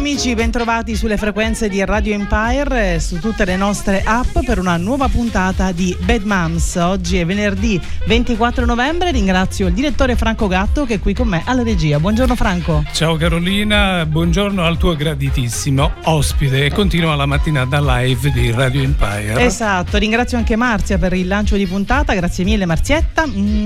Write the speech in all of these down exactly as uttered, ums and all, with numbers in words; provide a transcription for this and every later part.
amici, bentrovati sulle frequenze di Radio Empire e su tutte le nostre app per una nuova puntata di Bad Moms. Oggi è venerdì ventiquattro novembre, ringrazio il direttore Franco Gatto che è qui con me alla regia. Buongiorno Franco. Ciao Carolina, buongiorno al tuo graditissimo ospite e continua la mattinata live di Radio Empire. Esatto, ringrazio anche Marzia per il lancio di puntata, grazie mille Marzietta.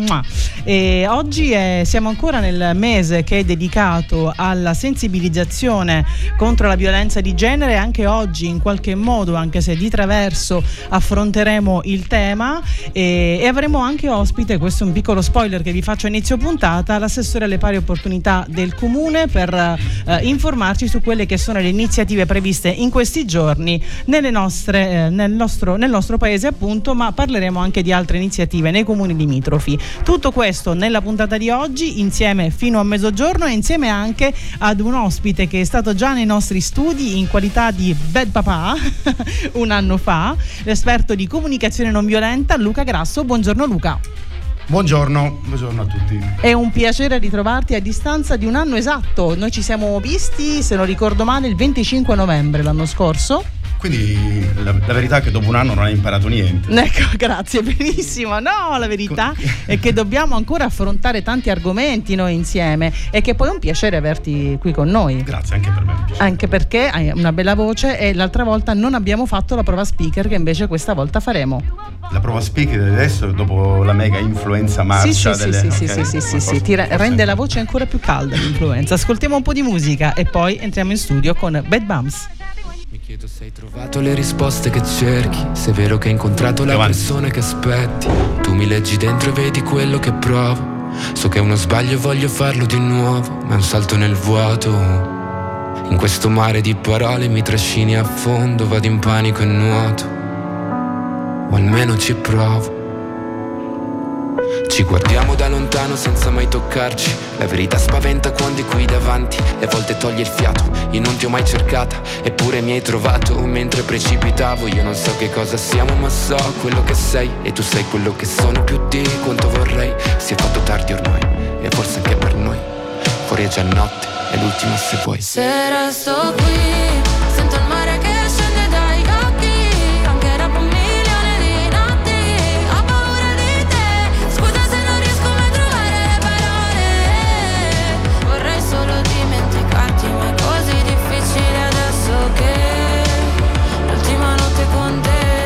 E oggi è, siamo ancora nel mese che è dedicato alla sensibilizzazione contro la violenza di genere. Anche oggi in qualche modo, anche se di traverso, affronteremo il tema e, e avremo anche ospite, questo è un piccolo spoiler che vi faccio a inizio puntata, l'assessore alle pari opportunità del comune per eh, informarci su quelle che sono le iniziative previste in questi giorni nelle nostre, eh, nel, nostro, nel nostro paese appunto, ma parleremo anche di altre iniziative nei comuni limitrofi. Tutto questo nella puntata di oggi, insieme fino a mezzogiorno e insieme anche ad un ospite che è stato già nei nostri studi in qualità di bad papà un anno fa, l'esperto di comunicazione non violenta Luca Grasso. Buongiorno Luca. Buongiorno, buongiorno a tutti. È un piacere ritrovarti a distanza di un anno esatto. Noi ci siamo visti, se non ricordo male, il venticinque novembre l'anno scorso. Quindi la, la verità è che dopo un anno non hai imparato niente. Ecco, grazie, benissimo. No, la verità è che dobbiamo ancora affrontare tanti argomenti noi insieme e che poi è un piacere averti qui con noi. Grazie, anche per me. Anche perché hai una bella voce e l'altra volta non abbiamo fatto la prova speaker che invece questa volta faremo. La prova speaker adesso, dopo la mega influenza marcia sì, sì, delle... sì, okay. sì, sì, sì, sì, sì, ti re- rende la voce ancora più calda l'influenza. Ascoltiamo un po' di musica e poi entriamo in studio con Bad Moms. Mi chiedo se hai trovato le risposte che cerchi, se è vero che hai incontrato la persona che aspetti. Tu mi leggi dentro e vedi quello che provo. So che è uno sbaglio e voglio farlo di nuovo, ma è un salto nel vuoto. In questo mare di parole mi trascini a fondo, vado in panico e nuoto, o almeno ci provo. Ci guardiamo da lontano senza mai toccarci. La verità spaventa quando è qui davanti e a volte toglie il fiato. Io non ti ho mai cercata, eppure mi hai trovato mentre precipitavo. Io non so che cosa siamo, ma so quello che sei e tu sei quello che sono, più di quanto vorrei. Si è fatto tardi ormai e forse anche per noi. Fuori è già notte, è l'ultima se vuoi. Se resto qui, sento il mare che scende dai occhi, anche dopo un milione di notti. Ho paura di te, scusa se non riesco mai a trovare le parole. Vorrei solo dimenticarti, ma è così difficile adesso che l'ultima notte con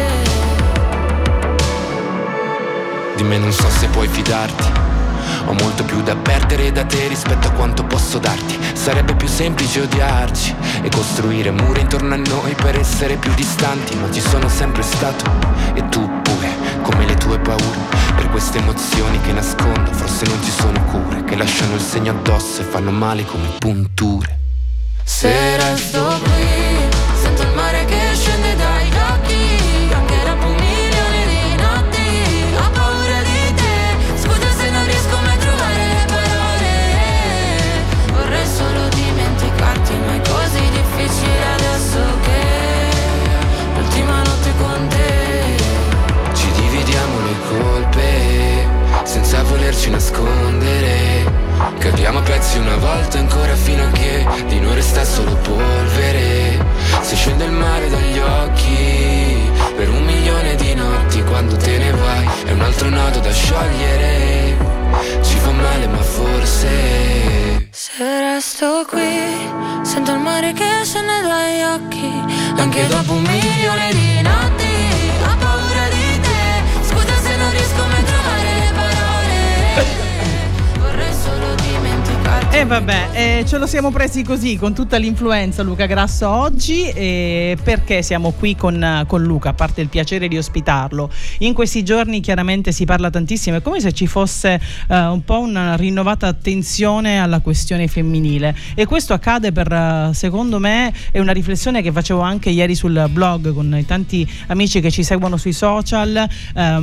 te. Di me non so se puoi fidarti, ho molto più da perdere da te rispetto a quanto posso darti. Sarebbe più semplice odiarci e costruire mura intorno a noi per essere più distanti, ma ci sono sempre stato e tu pure, come le tue paure. Per queste emozioni che nascondo forse non ci sono cure, che lasciano il segno addosso e fanno male come punture. Se resto qui, sento il mare che scende dai occhi, anche dopo un milione di notti. Ho paura di te, scusa se non riesco mai a trovare le parole. Vorrei solo dimenticarti, ma è così difficile adesso che l'ultima notte con te. Ci dividiamo le colpe senza volerci nascondere. Cadiamo a pezzi una volta ancora fino a che di noi resta solo polvere. Se scende il mare dagli occhi per un milione di notti, quando te ne vai è un altro nodo da sciogliere. Ci fa male ma forse se resto qui, sento il mare che scende dagli occhi, anche dopo un milione di notti. Ho paura di te, scusa se non riesco mai a trovare le parole. Vorrei solo dimenticarti. E vabbè, eh, ce lo siamo presi così con tutta l'influenza Luca Grasso oggi, eh, perché siamo qui con, con Luca, a parte il piacere di ospitarlo. In questi giorni chiaramente si parla tantissimo, è come se ci fosse eh, un po' una rinnovata attenzione alla questione femminile, e questo accade per, secondo me, è una riflessione che facevo anche ieri sul blog con i tanti amici che ci seguono sui social.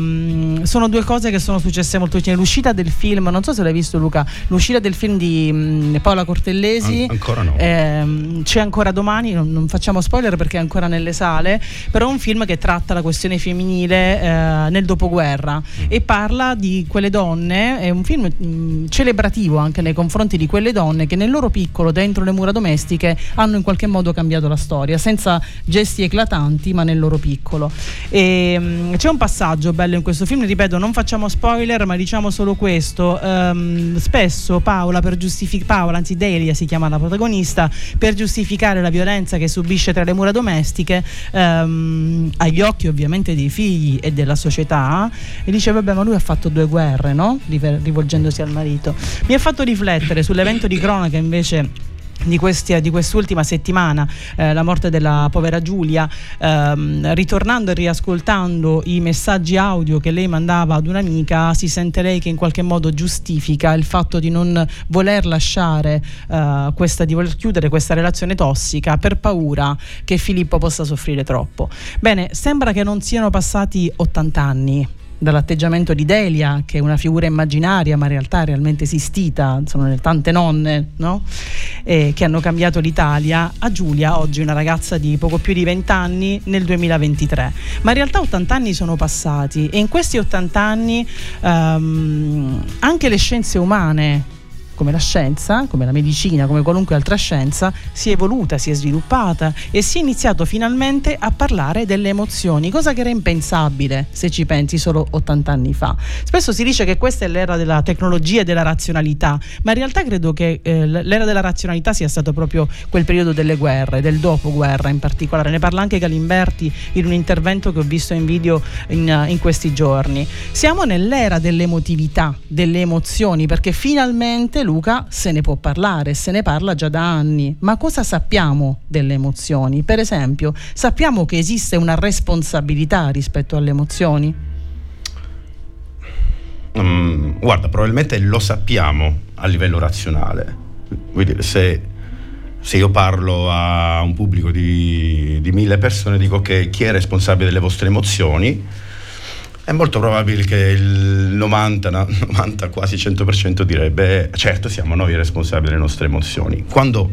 Um, sono due cose che sono successe molto vicine. L'uscita del film, non so se l'hai visto Luca, l'uscita del film di ehm, Paola Cortellesi. An- ancora no. Ehm, c'è ancora domani, non, non facciamo spoiler perché è ancora nelle sale, però è un film che tratta la questione femminile eh, nel dopoguerra mm. e parla di quelle donne, è un film mh, celebrativo anche nei confronti di quelle donne che nel loro piccolo, dentro le mura domestiche, hanno in qualche modo cambiato la storia, senza gesti eclatanti ma nel loro piccolo. E, mh, c'è un passaggio bello in questo film, ripeto, non facciamo spoiler ma diciamo solo questo. Um, spesso Paola per giustificare Paola, anzi Delia si chiama la protagonista, per giustificare la violenza che subisce tra le mura domestiche um, agli occhi ovviamente dei figli e della società, e dice vabbè ma lui ha fatto due guerre, no? Rivolgendosi al marito. Mi ha fatto riflettere sull'evento di cronaca invece di, questi, di quest'ultima settimana, eh, la morte della povera Giulia, ehm, ritornando e riascoltando i messaggi audio che lei mandava ad un'amica, si sente lei che in qualche modo giustifica il fatto di non voler lasciare eh, questa, di voler chiudere questa relazione tossica per paura che Filippo possa soffrire troppo. Bene, sembra che non siano passati ottanta anni dall'atteggiamento di Delia, che è una figura immaginaria ma in realtà realmente esistita, sono le tante nonne, no? Eh, che hanno cambiato l'Italia, a Giulia, oggi una ragazza di poco più di venti anni nel duemilaventitré. Ma in realtà ottanta anni sono passati, e in questi ottanta anni um, anche le scienze umane, come la scienza, come la medicina, come qualunque altra scienza, si è evoluta, si è sviluppata e si è iniziato finalmente a parlare delle emozioni, cosa che era impensabile se ci pensi solo ottanta anni fa. Spesso si dice che questa è l'era della tecnologia e della razionalità, ma in realtà credo che eh, l'era della razionalità sia stato proprio quel periodo delle guerre, del dopoguerra in particolare. Ne parla anche Galimberti in un intervento che ho visto in video in, in questi giorni. Siamo nell'era dell'emotività, delle emozioni, perché finalmente Luca se ne può parlare, se ne parla già da anni. Ma cosa sappiamo delle emozioni? Per esempio, sappiamo che esiste una responsabilità rispetto alle emozioni? Um, guarda, probabilmente lo sappiamo a livello razionale. Vuol dire, se, se io parlo a un pubblico di, di mille persone, dico che chi è responsabile delle vostre emozioni, è molto probabile che il novanta, novanta quasi cento per cento direbbe certo siamo noi responsabili delle nostre emozioni. Quando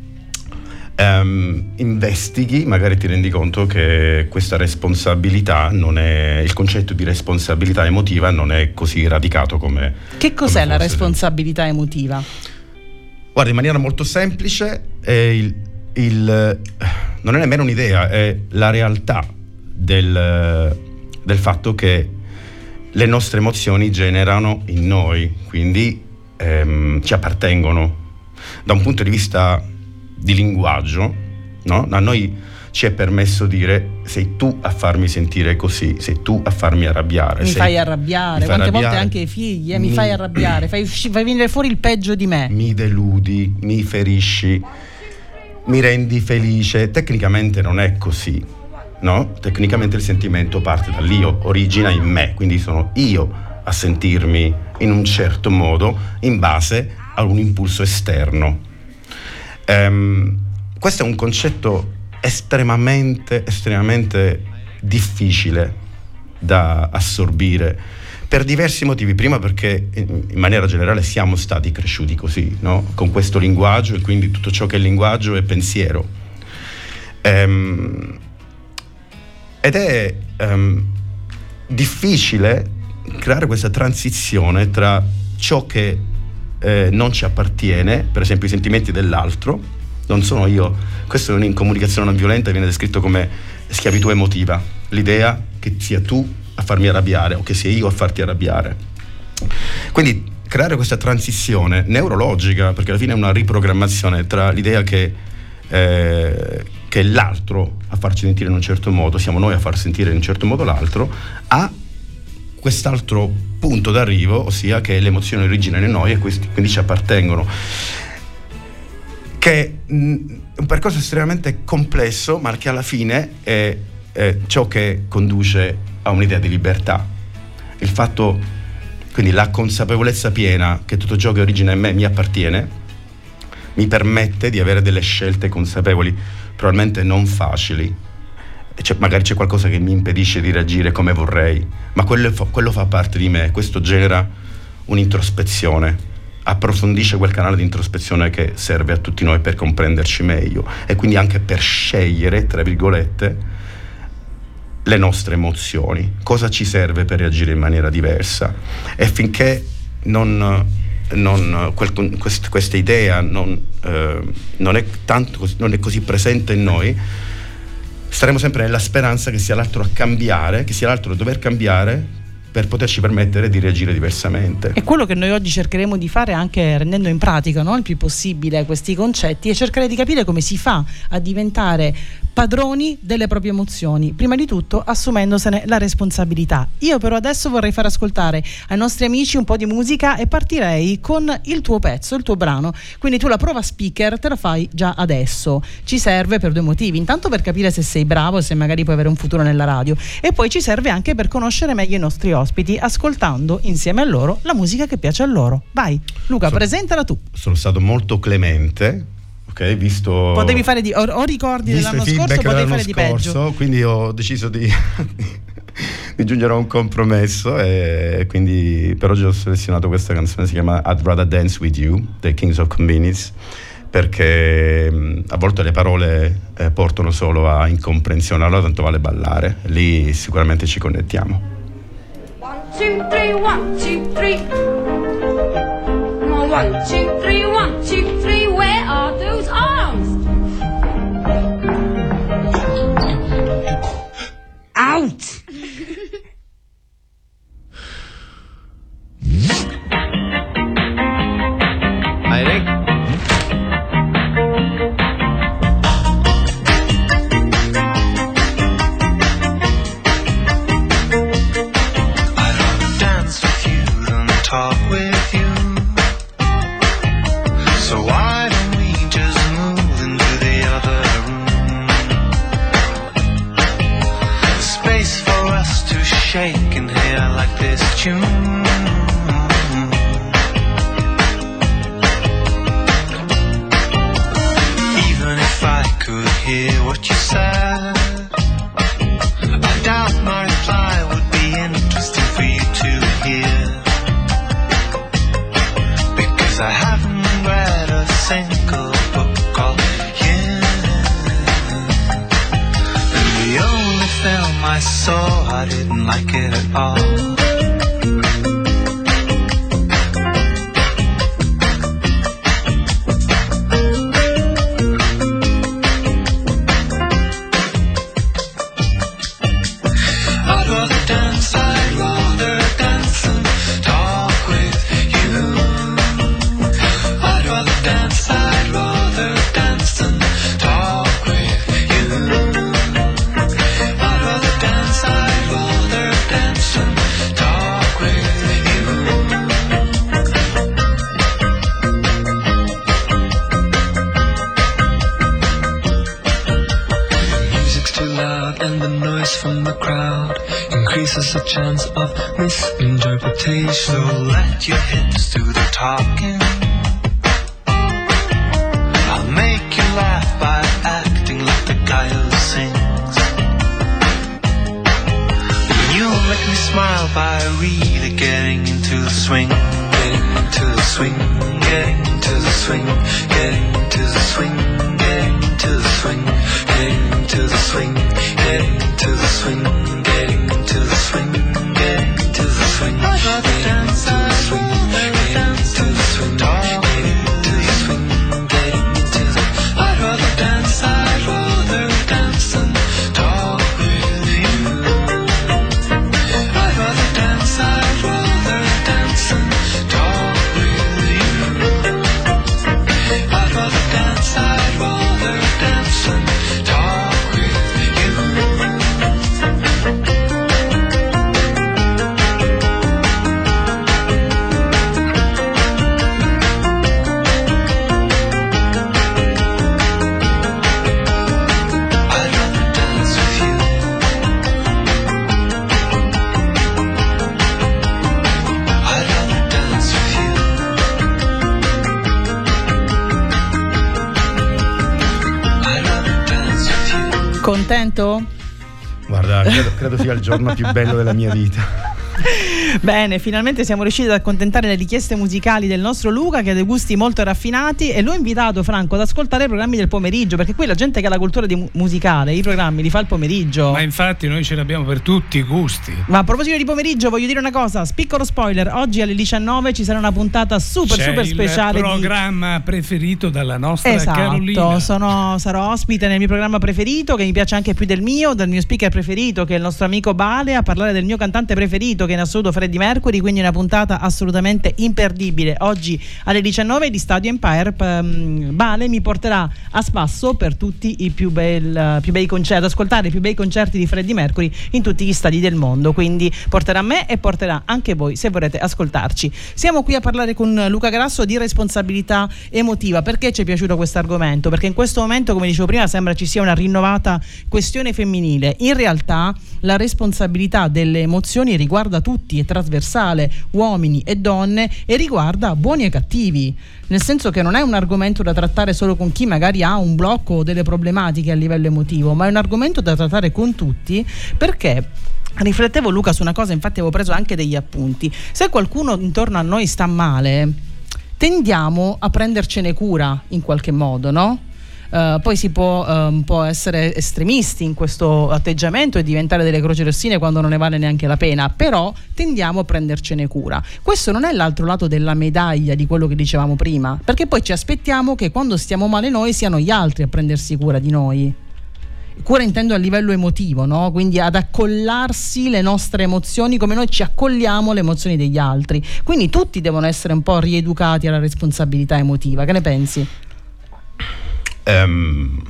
um, investighi magari ti rendi conto che questa responsabilità non è, il concetto di responsabilità emotiva non è così radicato come... Che cos'è come la responsabilità emotiva? Guarda, in maniera molto semplice è il, il, non è nemmeno un'idea, è la realtà del... del fatto che le nostre emozioni generano in noi, quindi ehm, ci appartengono. Da un punto di vista di linguaggio, no? A noi ci è permesso dire sei tu a farmi sentire così, sei tu a farmi arrabbiare. Mi sei, fai arrabbiare, mi fai quante arrabbiare, volte anche i figli, eh, mi, mi fai arrabbiare, fai, fai venire fuori il peggio di me. Mi deludi, mi ferisci, mi rendi felice. Tecnicamente non è così. No? Tecnicamente il sentimento parte dall'io, origina in me, quindi sono io a sentirmi in un certo modo in base a un impulso esterno. Um, questo è un concetto estremamente, estremamente difficile da assorbire per diversi motivi. Prima perché in maniera generale siamo stati cresciuti così, no? Con questo linguaggio, e quindi tutto ciò che è linguaggio è pensiero. Um, Ed è um, difficile creare questa transizione tra ciò che eh, non ci appartiene, per esempio i sentimenti dell'altro, non sono io, questo in comunicazione non violenta viene descritto come schiavitù emotiva, l'idea che sia tu a farmi arrabbiare o che sia io a farti arrabbiare. Quindi creare questa transizione neurologica, perché alla fine è una riprogrammazione tra l'idea che eh, che è l'altro a farci sentire in un certo modo, siamo noi a far sentire in un certo modo l'altro, a quest'altro punto d'arrivo, ossia che le emozioni originano in noi e questi quindi ci appartengono, che è un percorso estremamente complesso, ma che alla fine è, è ciò che conduce a un'idea di libertà. Il fatto, quindi la consapevolezza piena che tutto ciò che origina in me mi appartiene, mi permette di avere delle scelte consapevoli, probabilmente non facili, e c'è, magari c'è qualcosa che mi impedisce di reagire come vorrei, ma quello fa, quello fa parte di me, questo genera un'introspezione approfondisce quel canale di introspezione che serve a tutti noi per comprenderci meglio e quindi anche per scegliere, tra virgolette, le nostre emozioni, cosa ci serve per reagire in maniera diversa. E finché non, non quel, quest, questa idea non, eh, non è tanto, non è così presente in noi, staremo sempre nella speranza che sia l'altro a cambiare, che sia l'altro a dover cambiare per poterci permettere di reagire diversamente. E quello che noi oggi cercheremo di fare, anche rendendo in pratica, no, il più possibile questi concetti, è cercare di capire come si fa a diventare padroni delle proprie emozioni, prima di tutto assumendosene la responsabilità. Io però adesso vorrei far ascoltare ai nostri amici un po' di musica e partirei con il tuo pezzo, il tuo brano. Quindi tu la prova speaker te la fai già adesso. Ci serve per due motivi: intanto per capire se sei bravo, se magari puoi avere un futuro nella radio, e poi ci serve anche per conoscere meglio i nostri ospiti, ascoltando insieme a loro la musica che piace a loro. Vai Luca, so, presentala tu. Sono stato molto clemente, ok, visto potevi fare di o, o ricordi dell'anno scorso, potevi fare di scorso, peggio, quindi ho deciso di di giungere a un compromesso, e quindi per oggi ho selezionato questa canzone, si chiama I'd Rather Dance With You dei Kings of Convenience, perché mh, a volte le parole eh, portano solo a incomprensione, allora tanto vale ballare, lì sicuramente ci connettiamo. One, two, three, one, two, three. One, two, three, one, two, three. Where are those arms? Out! Talk with you, so why don't we just move into the other room? Space for us to shake and hear like this tune. Even if I could hear what you said, I doubt my reply would be interesting for you to hear. I haven't read a single book all year, and the only film I saw, I didn't like it at all. I'd rather dance, I'd rather dance and talk with you. I'd rather dance, I'd rather dance and talk with you. I'd rather dance, I'd rather dance and talk with you. The music's too loud and the noise from the crowd increases the chance of misinterpretation. So let your hips do the talking. Make you laugh by acting like the guy who sings. You'll make me smile by really getting into the swing. Getting into the swing, getting into the swing, getting into the swing, getting into the swing, getting into the swing, getting into the swing, getting into the swing, getting into the swing. I'd rather dance, I'd rather dance to the swing, getting into the swing. I'd rather dance, I'd rather dance and talk with you. I'd rather dance, I'd rather dance and talk with you. I'd rather dance, I'd rather dance and talk with you. Contento? Guarda, credo, credo sia il giorno più bello della mia vita. Bene, finalmente siamo riusciti ad accontentare le richieste musicali del nostro Luca, che ha dei gusti molto raffinati, e l'ho invitato, Franco, ad ascoltare i programmi del pomeriggio, perché qui la gente che ha la cultura di musicale i programmi li fa il pomeriggio. Ma infatti noi ce l'abbiamo per tutti i gusti. Ma a proposito di pomeriggio voglio dire una cosa, piccolo spoiler, oggi alle diciannove ci sarà una puntata super C'è super speciale, il programma di... preferito dalla nostra esatto, Carolina. Sono, sarò ospite nel mio programma preferito, che mi piace anche più del mio, dal mio speaker preferito, che è il nostro amico Bale, a parlare del mio cantante preferito, che è in assoluto Freddie Mercury, quindi una puntata assolutamente imperdibile. Oggi alle diciannove di Stadio Empire Bale mi porterà a spasso per tutti i più, bel, più bei concerti, ad ascoltare i più bei concerti di Freddie Mercury in tutti gli stadi del mondo, quindi porterà me e porterà anche voi se vorrete ascoltarci. Siamo qui a parlare con Luca Grasso di responsabilità emotiva. Perché ci è piaciuto questo argomento? Perché in questo momento, come dicevo prima, sembra ci sia una rinnovata questione femminile. In realtà la responsabilità delle emozioni riguarda tutti, è trasversale, uomini e donne, e riguarda buoni e cattivi, nel senso che non è un argomento da trattare solo con chi magari ha un blocco o delle problematiche a livello emotivo, ma è un argomento da trattare con tutti, perché riflettevo, Luca, su una cosa, infatti avevo preso anche degli appunti. Se qualcuno intorno a noi sta male, tendiamo a prendercene cura in qualche modo, no? Uh, poi si può uh, un po' essere estremisti in questo atteggiamento e diventare delle croci rossine quando non ne vale neanche la pena, però tendiamo a prendercene cura. Questo non è l'altro lato della medaglia di quello che dicevamo prima, perché poi ci aspettiamo che quando stiamo male noi siano gli altri a prendersi cura di noi. Cura intendo a livello emotivo, no? Quindi ad accollarsi le nostre emozioni come noi ci accolliamo le emozioni degli altri. Quindi tutti devono essere un po' rieducati alla responsabilità emotiva. Che ne pensi? Um,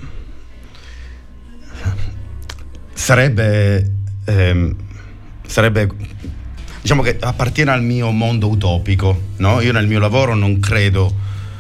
sarebbe um, sarebbe diciamo che appartiene al mio mondo utopico, no? Io nel mio lavoro non credo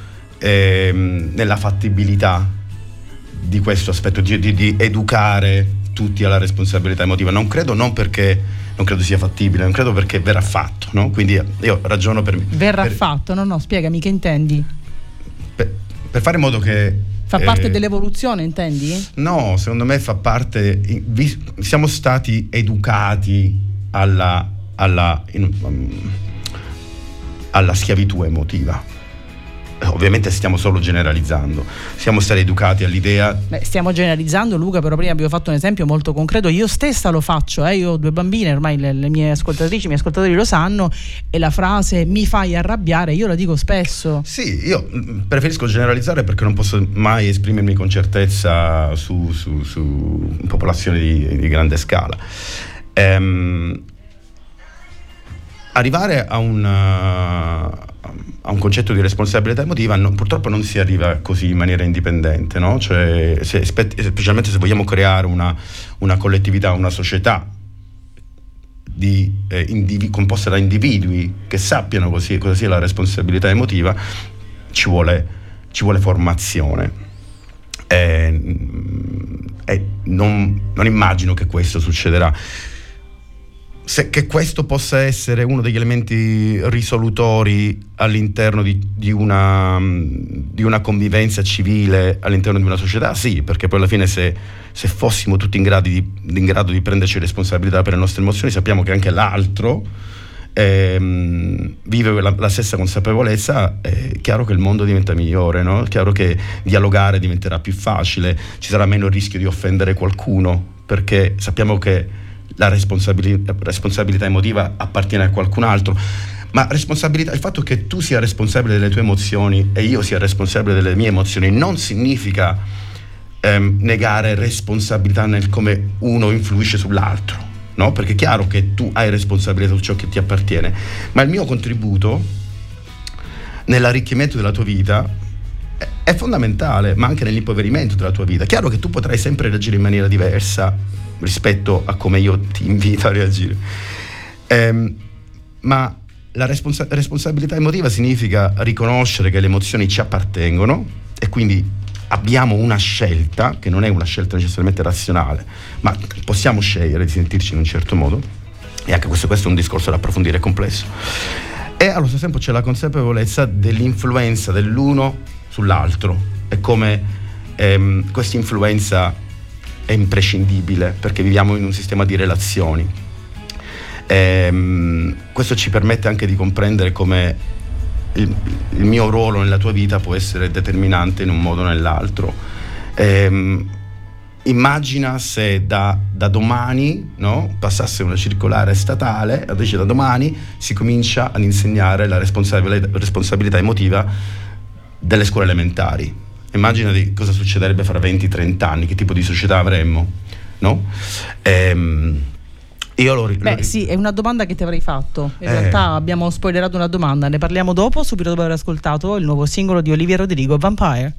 ehm, nella fattibilità di questo aspetto di, di, di educare tutti alla responsabilità emotiva. Non credo, non perché non credo sia fattibile, non credo perché verrà fatto, no? Quindi io ragiono per verrà per, fatto, no no, spiegami che intendi. Per, per fare in modo che fa parte eh, dell'evoluzione, intendi? No, secondo me fa parte. Vi, siamo stati educati alla, alla, in, um, alla schiavitù emotiva. Ovviamente stiamo solo generalizzando. Siamo stati educati all'idea. Beh, stiamo generalizzando, Luca, però prima abbiamo fatto un esempio molto concreto. Io stessa lo faccio, eh? Io ho due bambine, ormai le, le mie ascoltatrici, i miei ascoltatori lo sanno, e la frase "mi fai arrabbiare" io la dico spesso. Sì, io preferisco generalizzare perché non posso mai esprimermi con certezza su, su, su popolazioni di, di grande scala. Ehm, arrivare a un a un concetto di responsabilità emotiva no, purtroppo non si arriva così in maniera indipendente, no? Cioè, se, specialmente se vogliamo creare una, una collettività, una società di, eh, indivi, composta da individui che sappiano così, cosa sia la responsabilità emotiva, ci vuole, ci vuole formazione. Eh, eh, non, non immagino che questo succederà. Se, che questo possa essere uno degli elementi risolutori all'interno di, di, una, di una convivenza civile, all'interno di una società, sì, perché poi alla fine se, se fossimo tutti in grado, di, in grado di prenderci responsabilità per le nostre emozioni, sappiamo che anche l'altro ehm, vive la, la stessa consapevolezza, è chiaro che il mondo diventa migliore, no? È chiaro che dialogare diventerà più facile, ci sarà meno il rischio di offendere qualcuno, perché sappiamo che la responsabilità, responsabilità emotiva appartiene a qualcun altro. Ma responsabilità, il fatto che tu sia responsabile delle tue emozioni e io sia responsabile delle mie emozioni non significa ehm, negare responsabilità nel come uno influisce sull'altro, no? Perché è chiaro che tu hai responsabilità su ciò che ti appartiene, ma il mio contributo nell'arricchimento della tua vita è, è fondamentale, ma anche nell'impoverimento della tua vita. Chiaro che tu potrai sempre reagire in maniera diversa rispetto a come io ti invito a reagire, ehm, ma la responsa- responsabilità emotiva significa riconoscere che le emozioni ci appartengono e quindi abbiamo una scelta che non è una scelta necessariamente razionale, ma possiamo scegliere di sentirci in un certo modo, e anche questo, questo è un discorso da approfondire, è complesso, e allo stesso tempo c'è la consapevolezza dell'influenza dell'uno sull'altro e come ehm, questa influenza è imprescindibile perché viviamo in un sistema di relazioni. Ehm, questo ci permette anche di comprendere come il, il mio ruolo nella tua vita può essere determinante in un modo o nell'altro. Ehm, immagina se da, da domani, no, passasse una circolare statale, invece da domani si comincia ad insegnare la responsabilità, responsabilità emotiva delle scuole elementari. Immagina di cosa succederebbe fra venti trenta anni, che tipo di società avremmo, no? Ehm, io lo, Beh lo... sì, è una domanda che ti avrei fatto. In eh. realtà abbiamo spoilerato una domanda, ne parliamo dopo, subito dopo aver ascoltato il nuovo singolo di Olivia Rodrigo, Vampire.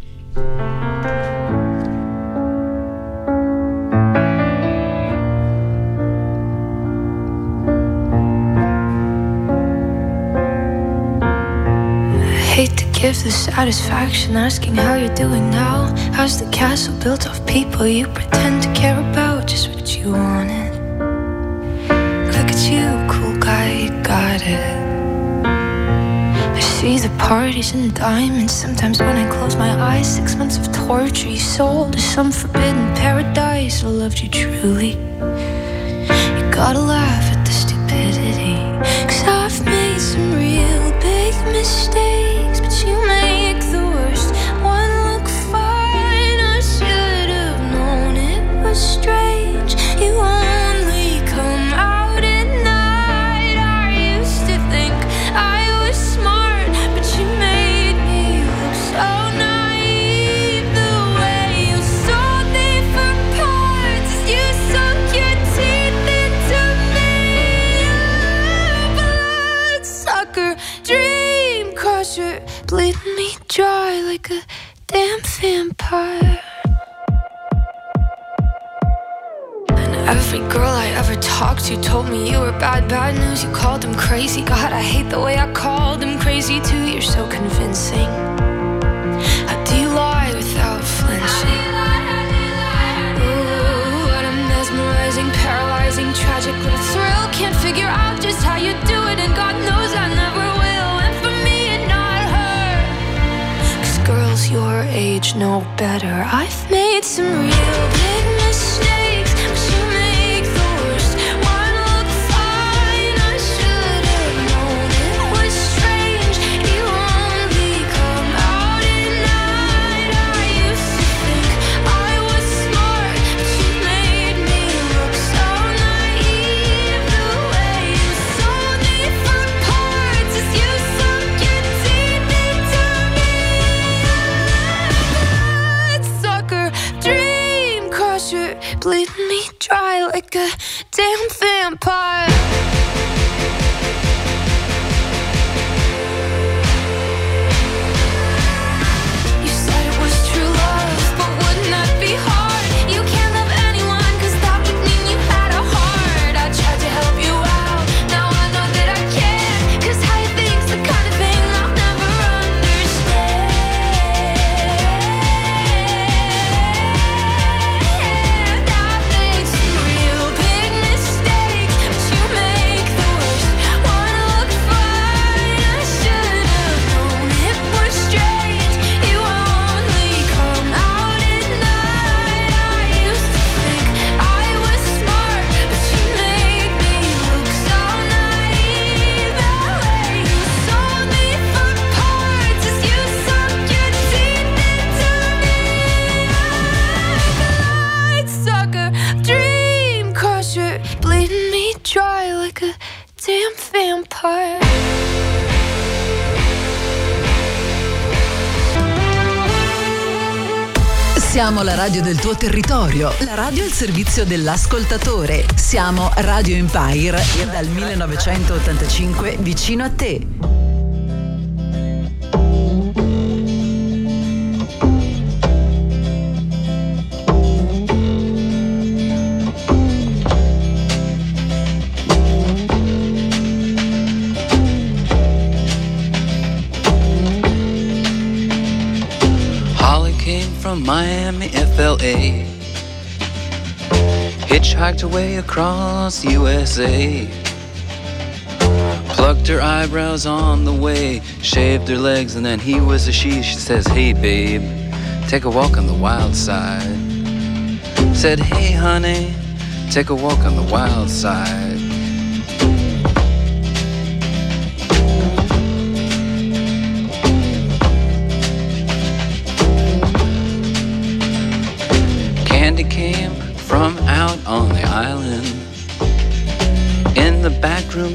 Hate to give the satisfaction asking how you're doing now. How's the castle built of people you pretend to care about? Just what you wanted. Look at you, cool guy, you got it. I see the parties and diamonds. Sometimes when I close my eyes, six months of torture you sold to some forbidden paradise. I loved you truly. You gotta laugh at the stupidity, 'cause I've made some real big mistakes, but you make the worst one look fine. I should have known it was strange. You only come out at night. I used to think I was smart, but you made me look so naive. The way you sold me for parts, you sunk your teeth into me. Bloodsucker, dream crusher, bleeding me dry like a damn vampire. And every girl I ever talked to told me you were bad, bad news. You called them crazy. God, I hate the way I called them crazy too. You're so convincing. How do you lie without flinching? Ooh, what a mesmerizing, paralyzing, tragic little thrill. Can't figure out just how you do it, and God knows I never will. And for me and not her, 'cause girls your age know better. I've made some real big mistakes, but you make the worst one look fine. I should have known it was strange. You only come out at night. I used to think I was smart, but you made me look so naive. The way you sold me for parts is you sunk your teeth into me. Bloodsucker, dream crusher, bleeding me dry like a damn vampire. You said it was true love, but wouldn't that be hard? You can't love anyone, 'cause that would mean you had a heart. I tried to help you out, now I know that I can't, 'cause how you think's the kind of thing I'll never understand. I've made some real big mistakes, but you make the worst one look fine. I should have known it was strange. You only come out at night. I used to think I was smart, but you made me look so naive. The way you sold me for parts is you sunk your teeth into me. Bloodsucker, dream crusher, bleeding me dry like a damn vampire. Siamo la radio del tuo territorio, la radio al servizio dell'ascoltatore. Siamo Radio Empire dal millenovecentottantacinque vicino a te. Holly came from Miami, F L A, hitchhiked away across U S A, plucked her eyebrows on the way, shaved her legs, and then he was a she. She says, hey babe, take a walk on the wild side. Said, hey honey, take a walk on the wild side.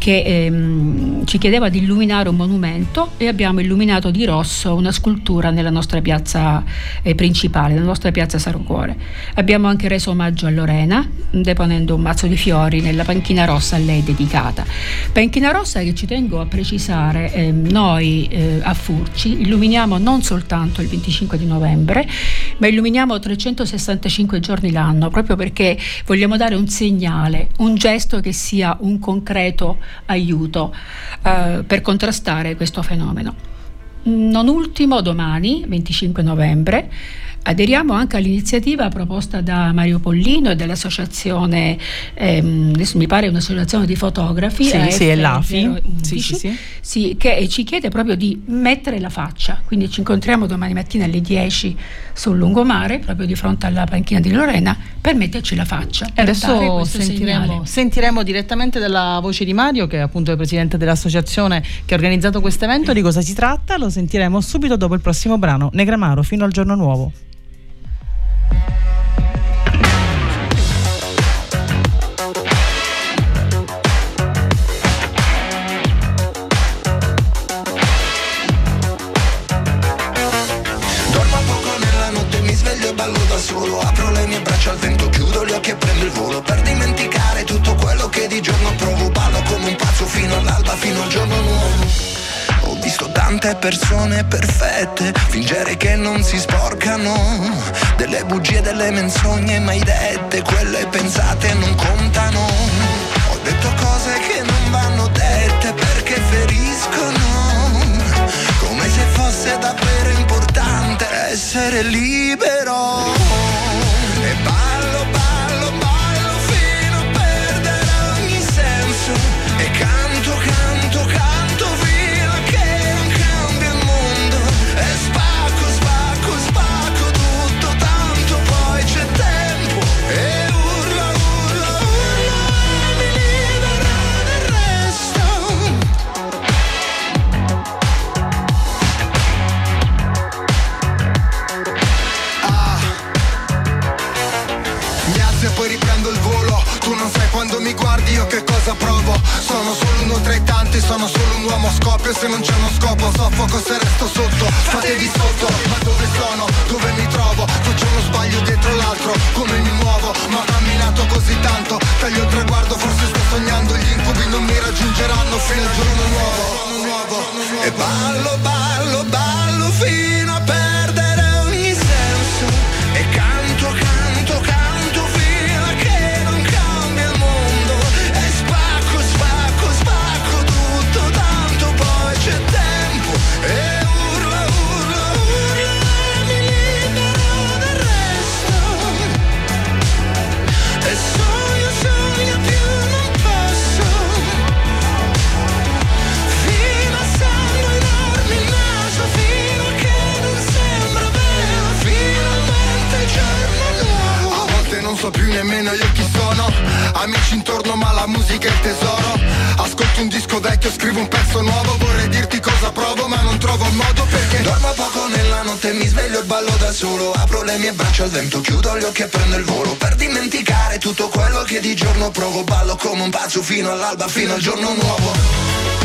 che ehm, ci chiedeva di illuminare un monumento e abbiamo illuminato di rosso una scultura nella nostra piazza eh, principale, nella nostra piazza Sacro Cuore. Abbiamo anche reso omaggio a Lorena deponendo un mazzo di fiori nella panchina rossa a lei dedicata. Panchina rossa che ci tengo a precisare, eh, noi eh, a Furci illuminiamo non soltanto il venticinque di novembre, ma illuminiamo trecentosessantacinque giorni l'anno, proprio perché vogliamo dare un segnale, un gesto che sia un concreto aiuto eh, per contrastare questo fenomeno. Non ultimo, domani, venticinque novembre, aderiamo anche all'iniziativa proposta da Mario Pollino e dell'associazione, ehm, adesso mi pare un'associazione di fotografi, sì, A F sì, è l'A F I, zero uno uno, sì, sì, sì. Sì, che ci chiede proprio di mettere la faccia, quindi ci incontriamo domani mattina alle dieci sul lungomare, proprio di fronte alla panchina di Lorena, per metterci la faccia. E adesso sentiremo, segnale. sentiremo direttamente dalla voce di Mario, che è appunto il presidente dell'associazione che ha organizzato questo evento, di cosa si tratta. Lo sentiremo subito dopo il prossimo brano, Negramaro, Fino al giorno nuovo. Solo apro le mie braccia al vento, chiudo gli occhi e prendo il volo per dimenticare tutto quello che di giorno provo. Ballo come un pazzo fino all'alba, fino al giorno nuovo. Ho visto tante persone perfette fingere che non si sporcano, delle bugie, delle menzogne mai dette, quelle pensate non contano. Ho detto cose che non vanno dette perché feriscono, come se fosse davvero importante essere libero. E ballo, ballo, ballo fino a perdere ogni senso, e canto, canto, canto fino a che non cambia il mondo, e spacco, spacco, spacco tutto, tanto poi c'è tempo, e urlo, urlo, urlo, mi libero del resto. E poi riprendo il volo, tu non sai quando mi guardi io che cosa provo. Sono solo uno tra i tanti, sono solo un uomo a scoppio. Se non c'è uno scopo soffoco se resto sotto. Fatevi sotto, ma dove sono? Dove mi trovo? Faccio uno sbaglio dietro l'altro, come mi muovo? Ma ho camminato così tanto, taglio il traguardo, forse sto sognando. Gli incubi non mi raggiungeranno fino al giorno nuovo. E ballo, ballo, ballo fino a perdere ogni senso, e canto, canto, canto fino a che non cambia il mondo, e spacco, spacco, spacco tutto, tanto poi c'è tempo, e urlo, urlo, urlo, mi libero del resto, e sogno, sogno più non posso, fino a sangue darmi il naso, fino a che non sembra vero, finalmente il giorno nuovo. A volte non so più nemmeno io chi sono, amici intorno ma la musica è il tesoro. Ascolto un disco vecchio, scrivo un pezzo nuovo, vorrei dirti cosa provo ma non trovo il modo perché dormo poco nella notte, mi sveglio e ballo da solo. Apro le mie braccia al vento, chiudo gli occhi e prendo il volo per dimenticare tutto quello che di giorno provo. Ballo come un pazzo fino all'alba, fino al giorno nuovo.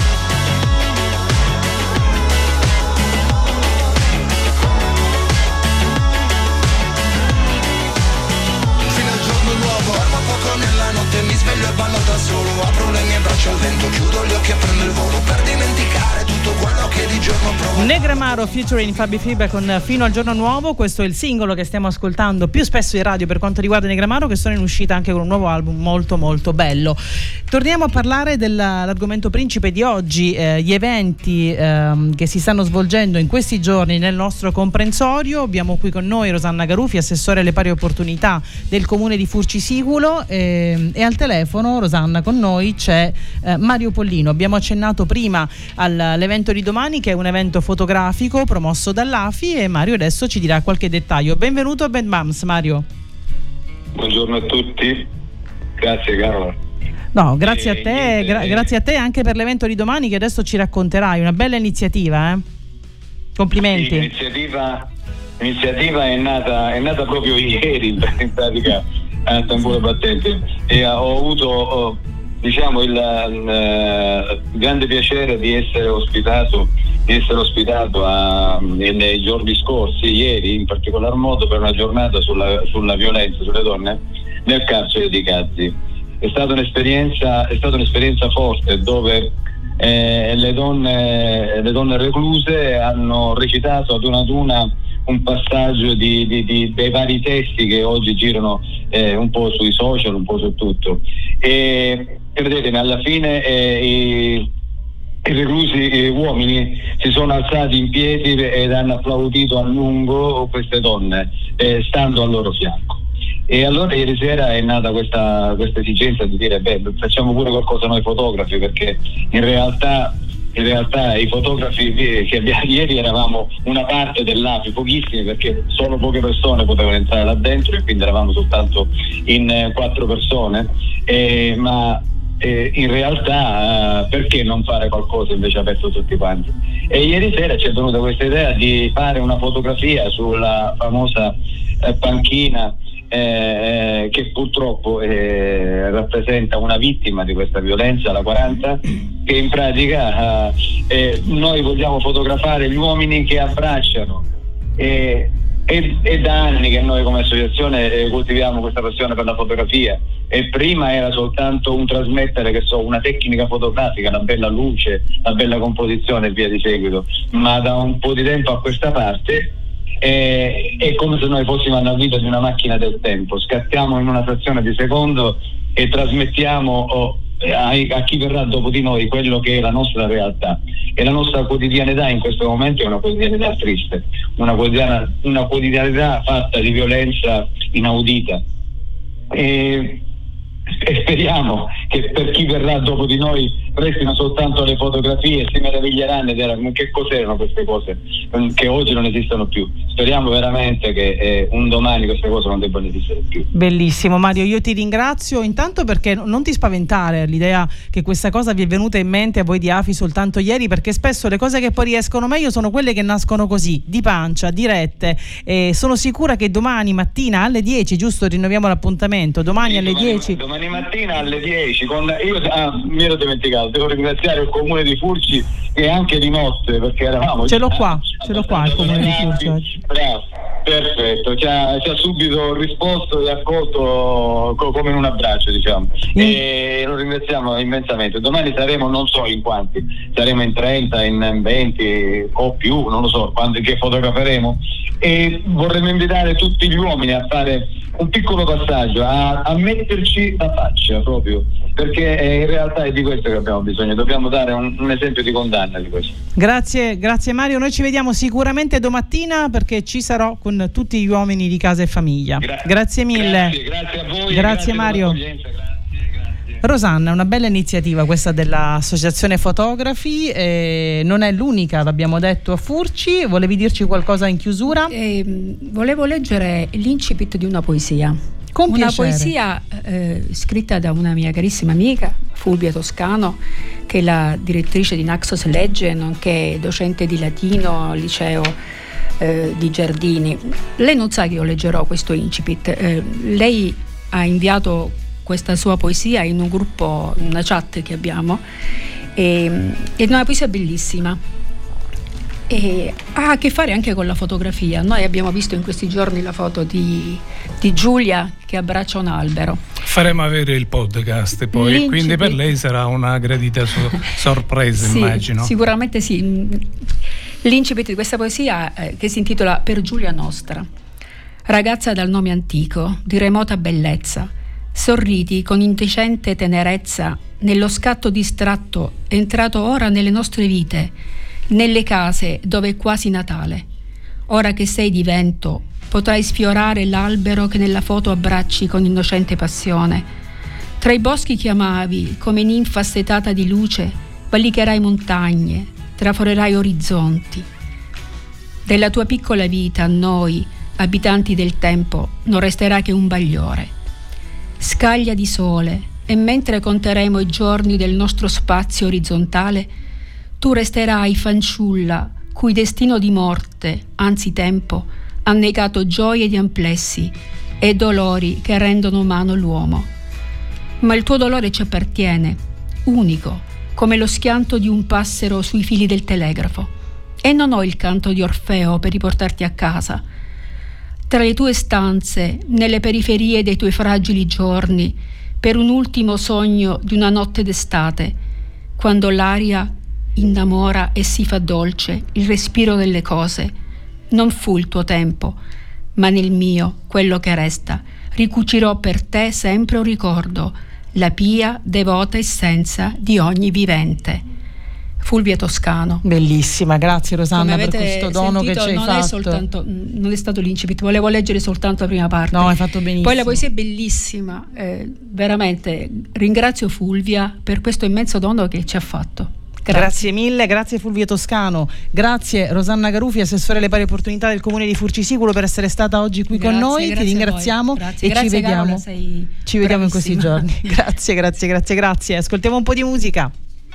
Nella notte mi sveglio e ballo da solo, apro le mie braccia al vento, chiudo gli occhi e prendo il volo per dimenticare tutto quello che di giorno provo. Negramaro featuring Fabi Fibra con Fino al giorno nuovo. Questo è il singolo che stiamo ascoltando più spesso in radio per quanto riguarda Negramaro, che sono in uscita anche con un nuovo album molto molto bello. Torniamo a parlare dell'argomento principe di oggi, eh, gli eventi eh, che si stanno svolgendo in questi giorni nel nostro comprensorio. Abbiamo qui con noi Rosanna Garufi, assessore alle pari opportunità del comune di Furci Siculo, e, e al telefono, Rosanna, con noi c'è eh, Mario Pollino. Abbiamo accennato prima all'evento di domani, che è un evento fotografico promosso dall'A F I, e Mario adesso ci dirà qualche dettaglio. Benvenuto a Band Bams, Mario. Buongiorno a tutti, grazie Carola. No, grazie e, a te, niente, gra- eh. grazie a te anche per l'evento di domani che adesso ci racconterai. Una bella iniziativa, eh? Complimenti. Sì, l'iniziativa, l'iniziativa è nata è nata proprio ieri, in pratica a Tamburo Battente, e ho avuto ho, diciamo il eh, grande piacere di essere ospitato di essere ospitato a, nei giorni scorsi, ieri in particolar modo, per una giornata sulla, sulla violenza sulle donne nel carcere di Cazzi. È stata un'esperienza, è stata un'esperienza forte, dove eh, le donne le donne recluse hanno recitato ad una ad una un passaggio di, di, di, dei vari testi che oggi girano eh, un po' sui social, un po' su tutto. E credetemi, alla fine eh, i, i reclusi eh, uomini si sono alzati in piedi ed hanno applaudito a lungo queste donne, eh, stando al loro fianco. E allora ieri sera è nata questa, questa esigenza di dire, beh, facciamo pure qualcosa noi fotografi, perché in realtà in realtà i fotografi che abbiamo ieri eravamo una parte dell'A P I, pochissimi, perché solo poche persone potevano entrare là dentro e quindi eravamo soltanto in eh, quattro persone, eh, ma eh, in realtà eh, perché non fare qualcosa invece aperto a tutti quanti? E ieri sera ci è venuta questa idea di fare una fotografia sulla famosa eh, panchina Eh, che purtroppo eh, rappresenta una vittima di questa violenza, la quaranta, che in pratica eh, noi vogliamo fotografare gli uomini che abbracciano, e, e, e da anni che noi come associazione eh, coltiviamo questa passione per la fotografia, e prima era soltanto un trasmettere, che so, una tecnica fotografica, la bella luce, la bella composizione e via di seguito, ma da un po' di tempo a questa parte È, è come se noi fossimo alla guida di una macchina del tempo, scattiamo in una frazione di secondo e trasmettiamo oh, a, a chi verrà dopo di noi quello che è la nostra realtà, e la nostra quotidianità in questo momento è una quotidianità triste, una quotidiana, una quotidianità fatta di violenza inaudita, e, e speriamo che per chi verrà dopo di noi restino soltanto le fotografie e si meraviglieranno ed erano che cos'erano queste cose che oggi non esistono più. Speriamo veramente che eh, un domani queste cose non debbano esistere più. Bellissimo Mario, io ti ringrazio intanto perché non ti spaventare l'idea che questa cosa vi è venuta in mente a voi di A F I soltanto ieri, perché spesso le cose che poi riescono meglio sono quelle che nascono così, di pancia, dirette, e sono sicura che domani mattina alle dieci, giusto, rinnoviamo l'appuntamento, domani sì, alle domani, dieci domani mattina alle dieci con, io ah, mi ero dimenticato, devo ringraziare il comune di Furci e anche di notte, perché eravamo ce l'ho qua ce l'ho qua il comune di Furci oggi. Bravo, perfetto, ci ha, ci ha subito risposto e accolto co- come in un abbraccio, diciamo, mm. e lo ringraziamo immensamente. Domani saremo, non so in quanti, saremo in trenta, in venti o più, non lo so quanti, che fotograferemo, e vorremmo invitare tutti gli uomini a fare un piccolo passaggio, a, a metterci la faccia proprio, perché eh, in realtà è di questo che abbiamo bisogno, dobbiamo dare un, un esempio di condanna di questo. Grazie, grazie Mario, noi ci vediamo sicuramente domattina, perché ci sarò con tutti gli uomini di Casa e Famiglia. Gra- grazie mille. Grazie, grazie a voi. Grazie, grazie Mario. Rosanna, è una bella iniziativa questa dell'associazione fotografi, eh, non è l'unica, l'abbiamo detto, a Furci. Volevi dirci qualcosa in chiusura? Eh, volevo leggere l'incipit di una poesia. Con una piacere. poesia eh, scritta da una mia carissima amica, Fulvia Toscano, che è la direttrice di Naxos Legge, nonché docente di latino al liceo eh, di Giardini. Lei non sa che io leggerò questo incipit. Eh, lei ha inviato questa sua poesia in un gruppo, in una chat che abbiamo, e, è una poesia bellissima e ha a che fare anche con la fotografia. Noi abbiamo visto in questi giorni la foto di, di Giulia che abbraccia un albero. Faremo avere il podcast poi, L'incipit. Quindi per lei sarà una gradita so- sorpresa, sì, immagino. Sicuramente sì. L'incipit di questa poesia eh, che si intitola Per Giulia Nostra. Ragazza dal nome antico, di remota bellezza, sorridi con indecente tenerezza nello scatto distratto entrato ora nelle nostre vite, nelle case dove è quasi Natale. Ora che sei di vento, potrai sfiorare l'albero che nella foto abbracci con innocente passione. Tra i boschi che amavi, come ninfa assetata di luce, valicherai montagne, traforerai orizzonti. Della tua piccola vita a noi, abitanti del tempo, non resterà che un bagliore. Scaglia di sole, e mentre conteremo i giorni del nostro spazio orizzontale, tu resterai fanciulla cui destino di morte, anzi tempo, ha negato gioie di amplessi e dolori che rendono umano l'uomo. ma il tuo dolore ci appartiene, unico, come lo schianto di un passero sui fili del telegrafo. E non ho il canto di Orfeo per riportarti a casa. Tra le tue stanze, nelle periferie dei tuoi fragili giorni, per un ultimo sogno di una notte d'estate, quando l'aria innamora e si fa dolce il respiro delle cose. Non fu il tuo tempo, ma nel mio, quello che resta, ricucirò per te sempre un ricordo, la pia, devota essenza di ogni vivente. Fulvia Toscano. Bellissima, grazie Rosanna per questo dono sentito, che ci hai non fatto. È soltanto, non è stato l'incipit, volevo leggere soltanto la prima parte. No, hai fatto benissimo. Poi la poesia è bellissima, eh, veramente ringrazio Fulvia per questo immenso dono che ci ha fatto. Grazie. Grazie mille, grazie Fulvia Toscano, grazie Rosanna Garufi, assessore alle pari opportunità del Comune di Furcisicolo, per essere stata oggi qui grazie, con noi. Ti ringraziamo grazie. e Grazie, ci vediamo, Carola, sei ci vediamo in questi giorni. Grazie, grazie, grazie, grazie. Ascoltiamo un po' di musica.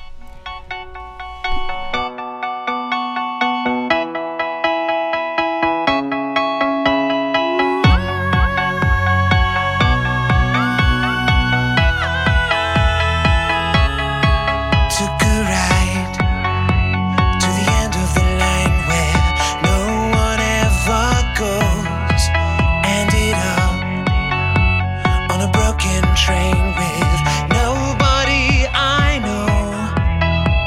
Train with nobody I know.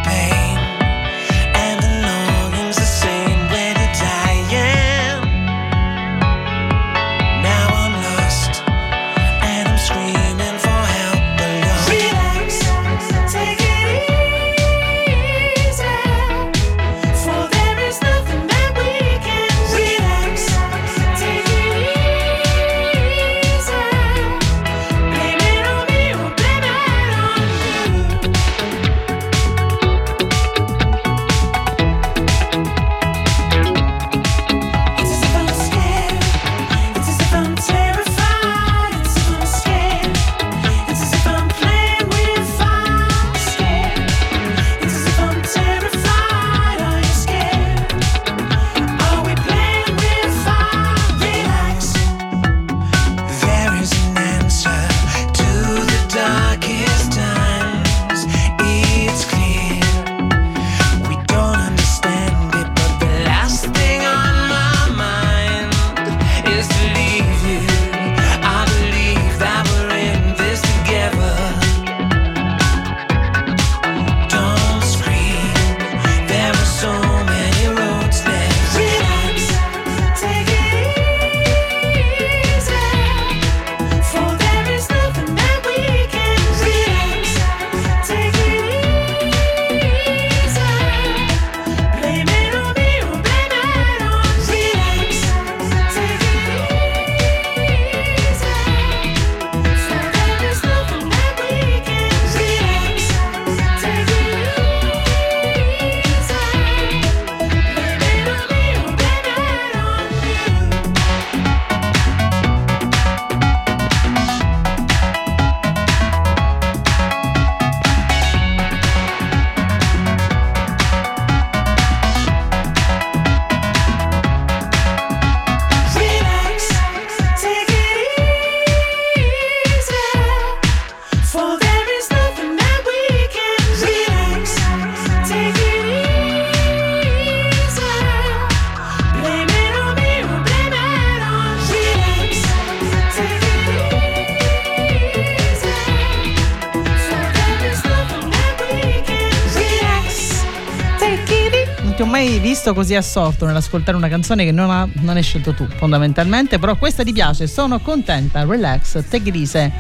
ti ho mai visto così assorto nell'ascoltare una canzone che non, ha, non hai scelto tu fondamentalmente, però questa ti piace, sono contenta, relax, take it easy.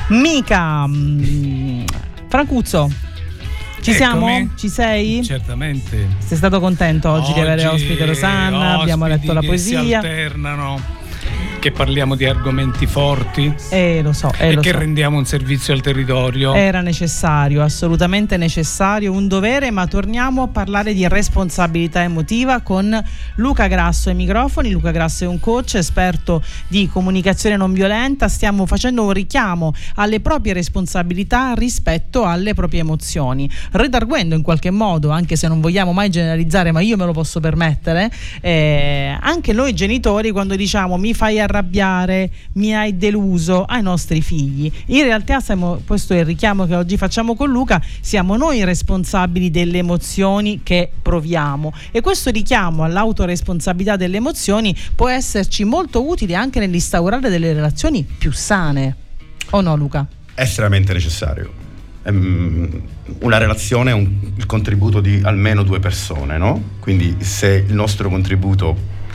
Mica mm, Francuzzo, ci Eccomi. siamo? Ci sei? Certamente. Sei stato contento oggi, oggi di avere ospite Rosanna, abbiamo letto la poesia. Si alternano, che parliamo di argomenti forti eh, lo so, eh, e lo che so. rendiamo un servizio al territorio. Era necessario, assolutamente necessario, un dovere, ma torniamo a parlare di responsabilità emotiva con Luca Grasso ai microfoni. Luca Grasso è un coach esperto di comunicazione non violenta. Stiamo facendo un richiamo alle proprie responsabilità rispetto alle proprie emozioni, redarguendo in qualche modo, anche se non vogliamo mai generalizzare, ma io me lo posso permettere, eh, anche noi genitori, quando diciamo mi fai arrabbiare arrabbiare, mi hai deluso, ai nostri figli. In realtà siamo, questo è il richiamo che oggi facciamo con Luca, siamo noi responsabili delle emozioni che proviamo, e questo richiamo all'autoresponsabilità delle emozioni può esserci molto utile anche nell'instaurare delle relazioni più sane, o no Luca? È estremamente necessario. Um, una relazione è un, il contributo di almeno due persone, no? Quindi se il nostro contributo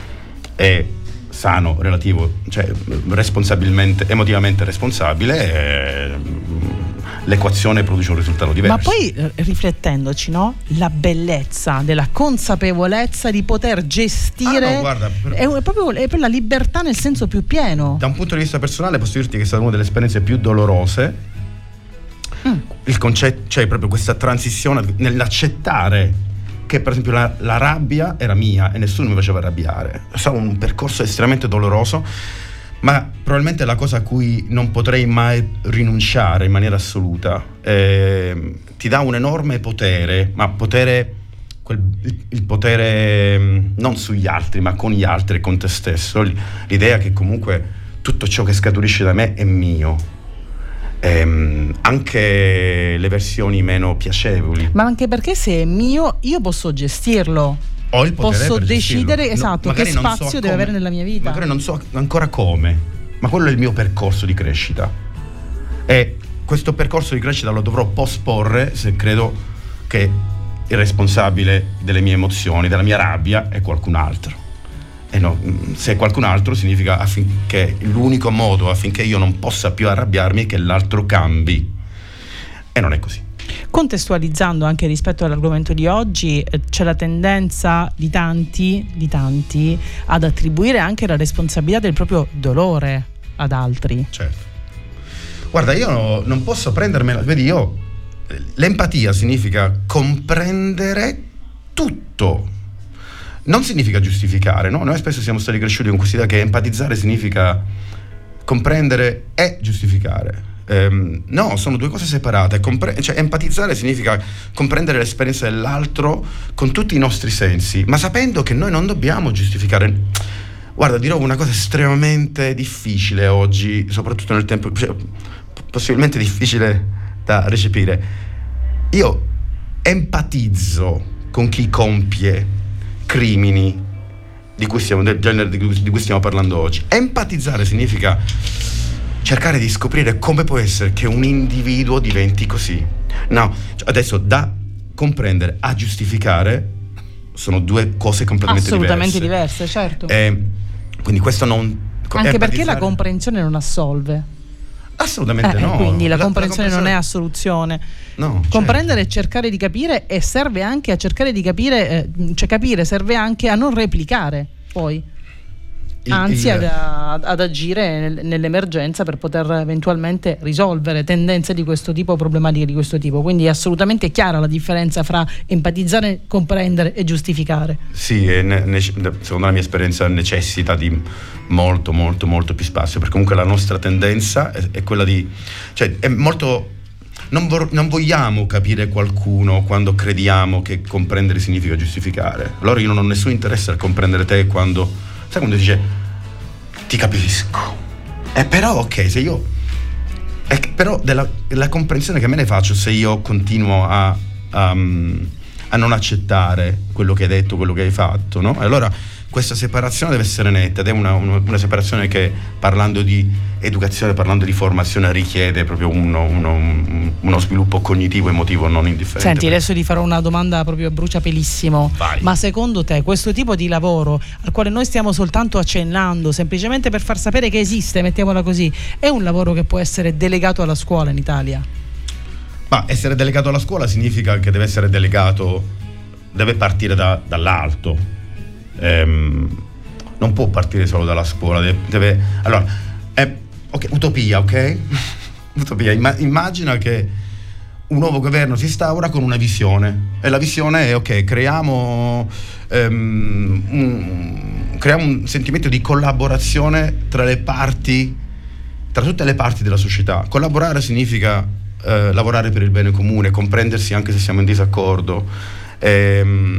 è sano, relativo, cioè responsabilmente, emotivamente responsabile, eh, l'equazione produce un risultato diverso. Ma poi riflettendoci, no? La bellezza della consapevolezza di poter gestire, ah, no, guarda, per... è, è proprio è per la libertà nel senso più pieno. Da un punto di vista personale posso dirti che è stata una delle esperienze più dolorose. Mm. Il concetto, cioè proprio questa transizione nell'accettare che per esempio la, la rabbia era mia e nessuno mi faceva arrabbiare. È stato un percorso estremamente doloroso, ma probabilmente è la cosa a cui non potrei mai rinunciare in maniera assoluta. Eh, ti dà un enorme potere, ma potere quel, il potere non sugli altri, ma con gli altri e con te stesso. L'idea che comunque tutto ciò che scaturisce da me è mio. Ehm, anche le versioni meno piacevoli, ma anche perché se è mio io posso gestirlo, ho il potere posso per decidere, gestirlo. esatto, no, che spazio so deve come, avere nella mia vita, magari non so ancora come, ma quello è il mio percorso di crescita e questo percorso di crescita lo dovrò posporre se credo che il responsabile delle mie emozioni, della mia rabbia è qualcun altro. E no, se è qualcun altro significa affinché l'unico modo affinché io non possa più arrabbiarmi è che l'altro cambi, e non è così. Contestualizzando anche rispetto all'argomento di oggi, eh, c'è la tendenza di tanti, di tanti ad attribuire anche la responsabilità del proprio dolore ad altri. Certo. Guarda, io non posso prendermela, vedi, io l'empatia significa comprendere tutto. Non significa giustificare, no? Noi spesso siamo stati cresciuti con questa idea che empatizzare significa comprendere e giustificare. Ehm, no, sono due cose separate. Compre- cioè, empatizzare significa comprendere l'esperienza dell'altro con tutti i nostri sensi, ma sapendo che noi non dobbiamo giustificare. Guarda, dirò una cosa estremamente difficile oggi, soprattutto nel tempo, cioè, possibilmente difficile da recepire. Io empatizzo con chi compie crimini di cui stiamo, del genere di cui, di cui stiamo parlando oggi. Empatizzare significa cercare di scoprire come può essere che un individuo diventi così. No, cioè adesso da comprendere a giustificare sono due cose completamente assolutamente diverse. diverse, certo. Eh, quindi questo non... Anche perché la comprensione non assolve. Assolutamente eh, no. Quindi la, la comprensione la non è assoluzione. No, comprendere certo. E cercare di capire, e serve anche a cercare di capire, eh, cioè capire serve anche a non replicare poi, il, anzi il... Ad, ad agire nel, nell'emergenza per poter eventualmente risolvere tendenze di questo tipo, problematiche di questo tipo. Quindi è assolutamente chiara la differenza fra empatizzare, comprendere e giustificare. Sì, e ne, ne, secondo la mia esperienza necessita di molto molto molto più spazio, perché comunque la nostra tendenza è, è quella di, cioè è molto non, vor, non vogliamo capire qualcuno quando crediamo che comprendere significa giustificare. Allora io non ho nessun interesse a comprendere te quando, sai, quando dice ti capisco, e però ok, se io è però della la comprensione che me ne faccio se io continuo a, a a non accettare quello che hai detto, quello che hai fatto, no? E allora questa separazione deve essere netta, ed è una, una, una separazione che, parlando di educazione, parlando di formazione, richiede proprio uno, uno, uno sviluppo cognitivo, emotivo non indifferente. Senti, adesso ti farò una domanda proprio a bruciapelissimo. Vai. Ma secondo te questo tipo di lavoro, al quale noi stiamo soltanto accennando, semplicemente per far sapere che esiste, mettiamola così, è un lavoro che può essere delegato alla scuola in Italia? Ma essere delegato alla scuola significa che deve essere delegato, deve partire da, dall'alto. Ehm, non può partire solo dalla scuola, deve, deve allora è, okay, utopia, ok? Utopia. Imma, immagina che un nuovo governo si instaura con una visione, e la visione è ok, creiamo um, un, creiamo un sentimento di collaborazione tra le parti, tra tutte le parti della società. Collaborare significa uh, lavorare per il bene comune, comprendersi anche se siamo in disaccordo,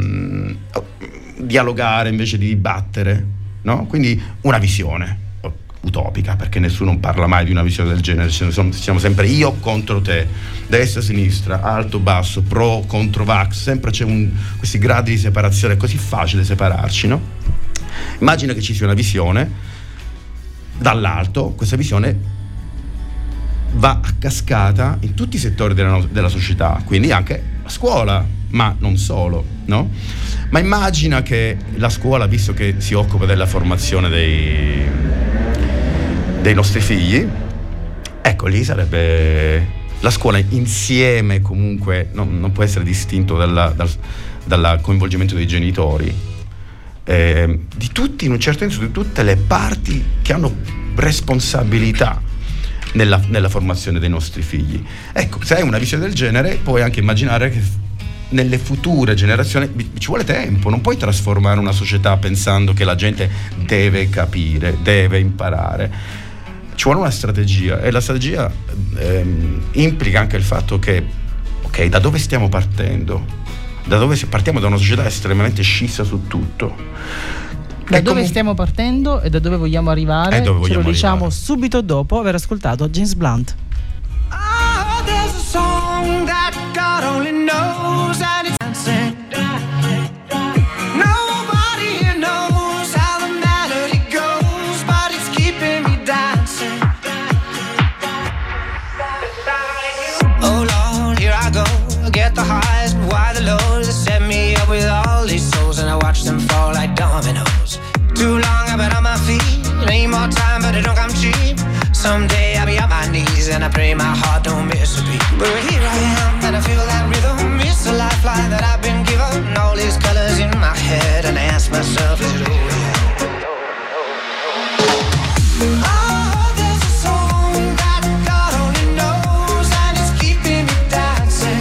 ehm, dialogare invece di dibattere, no? Quindi una visione. utopica, perché nessuno parla mai di una visione del genere, siamo sempre io contro te, destra, sinistra, alto, basso, pro, contro, vax, sempre c'è un, questi gradi di separazione, è così facile separarci, no? Immagina che ci sia una visione, dall'alto questa visione va a cascata in tutti i settori della, della società, quindi anche la scuola, ma non solo, no? Ma immagina che la scuola, visto che si occupa della formazione dei, dei nostri figli, ecco, lì sarebbe la scuola insieme, comunque non, non può essere distinto dalla, dal, dal coinvolgimento dei genitori, eh, di tutti, in un certo senso, di tutte le parti che hanno responsabilità nella, nella formazione dei nostri figli. Ecco, se hai una visione del genere, puoi anche immaginare che nelle future generazioni ci vuole tempo, non puoi trasformare una società pensando che la gente deve capire, deve imparare, ci vuole una strategia, e la strategia ehm, implica anche il fatto che, ok, da dove stiamo partendo? Da dove partiamo da una società estremamente scissa su tutto. Da dove comun- stiamo partendo e da dove vogliamo arrivare? Dove vogliamo ce lo diciamo arrivare. Subito dopo aver ascoltato James Blunt. Oh, there's a song that God only knows, and it's dancing. Nobody here knows how the melody goes, but it's keeping me dancing. Oh Lord, here I go, get the highs, but why the lows? They set me up with all these souls, and I watch them fall like dominoes. Too long I've been on my feet, need more time, but it don't come cheap. Someday I'll be on my knees and I pray my heart don't miss a beat. But here I am and I feel that rhythm. It's a lifeline that I've been given. All these colors in my head and I ask myself, is it over yet? Oh, there's a song that God only knows, and it's keeping me dancing.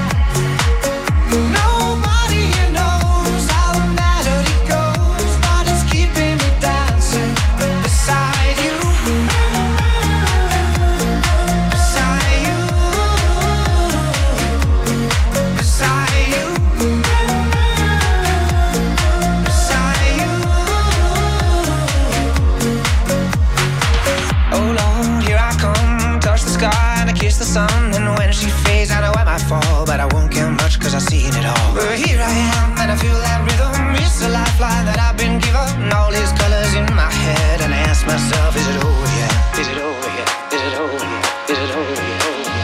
Nobody here knows how the melody goes, but it's keeping me dancing beside you. Kiss the sun, and when she fades I know I might fall, but I won't care much cause I've seen it all. But here I am and I feel that rhythm. It's a lifeline that I've been given. All these colors in my head, and I ask myself, is it over yet? Is it over yet? Is it over yet? Is it over yet?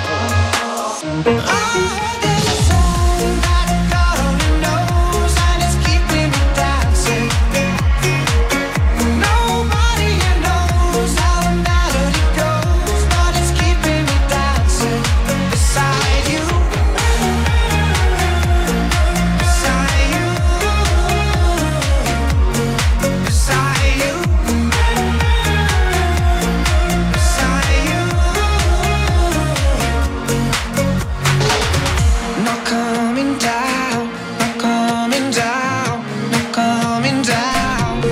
Oh, there's a song that God only knows, and it's keeping me dancing. Nobody here knows how the melody goes, but it's keeping me dancing beside you. Beside you. Beside you. Beside you. Not coming down, not coming down, not coming down.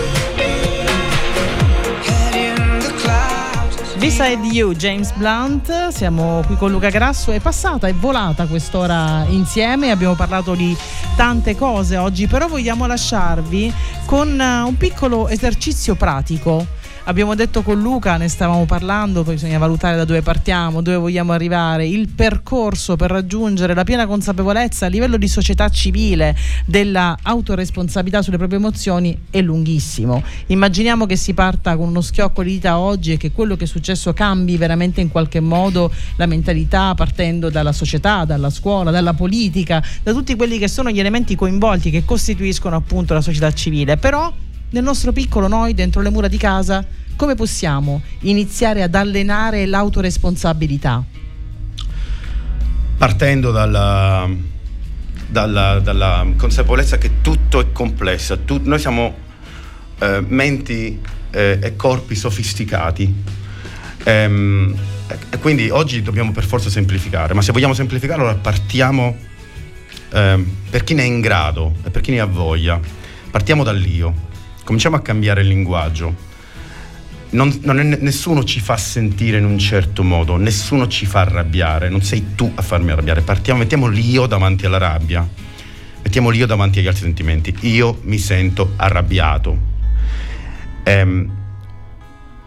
Head in the clouds. Beside You, James Blunt. Siamo qui con Luca Grasso. È passata, è volata quest'ora insieme, abbiamo parlato di tante cose oggi, però vogliamo lasciarvi con uh, un piccolo esercizio pratico. Abbiamo detto con Luca, ne stavamo parlando, poi bisogna valutare da dove partiamo, dove vogliamo arrivare. Il percorso per raggiungere la piena consapevolezza a livello di società civile della autoresponsabilità sulle proprie emozioni è lunghissimo. Immaginiamo che si parta con uno schiocco di dita oggi e che quello che è successo cambi veramente in qualche modo la mentalità, partendo dalla società, dalla scuola, dalla politica, da tutti quelli che sono gli elementi coinvolti che costituiscono appunto la società civile. Però nel nostro piccolo noi, dentro le mura di casa, come possiamo iniziare ad allenare l'autoresponsabilità? Partendo dalla, dalla, dalla consapevolezza che tutto è complesso, tu, noi siamo eh, menti eh, e corpi sofisticati, ehm, e quindi oggi dobbiamo per forza semplificare, ma se vogliamo semplificare allora partiamo eh, per chi ne è in grado e per chi ne ha voglia, partiamo dall'io. Cominciamo a cambiare il linguaggio. Non, non è, nessuno ci fa sentire in un certo modo, nessuno ci fa arrabbiare, non sei tu a farmi arrabbiare. Partiamo, mettiamo l'io davanti alla rabbia, mettiamo l'io davanti agli altri sentimenti. Io mi sento arrabbiato. Ehm,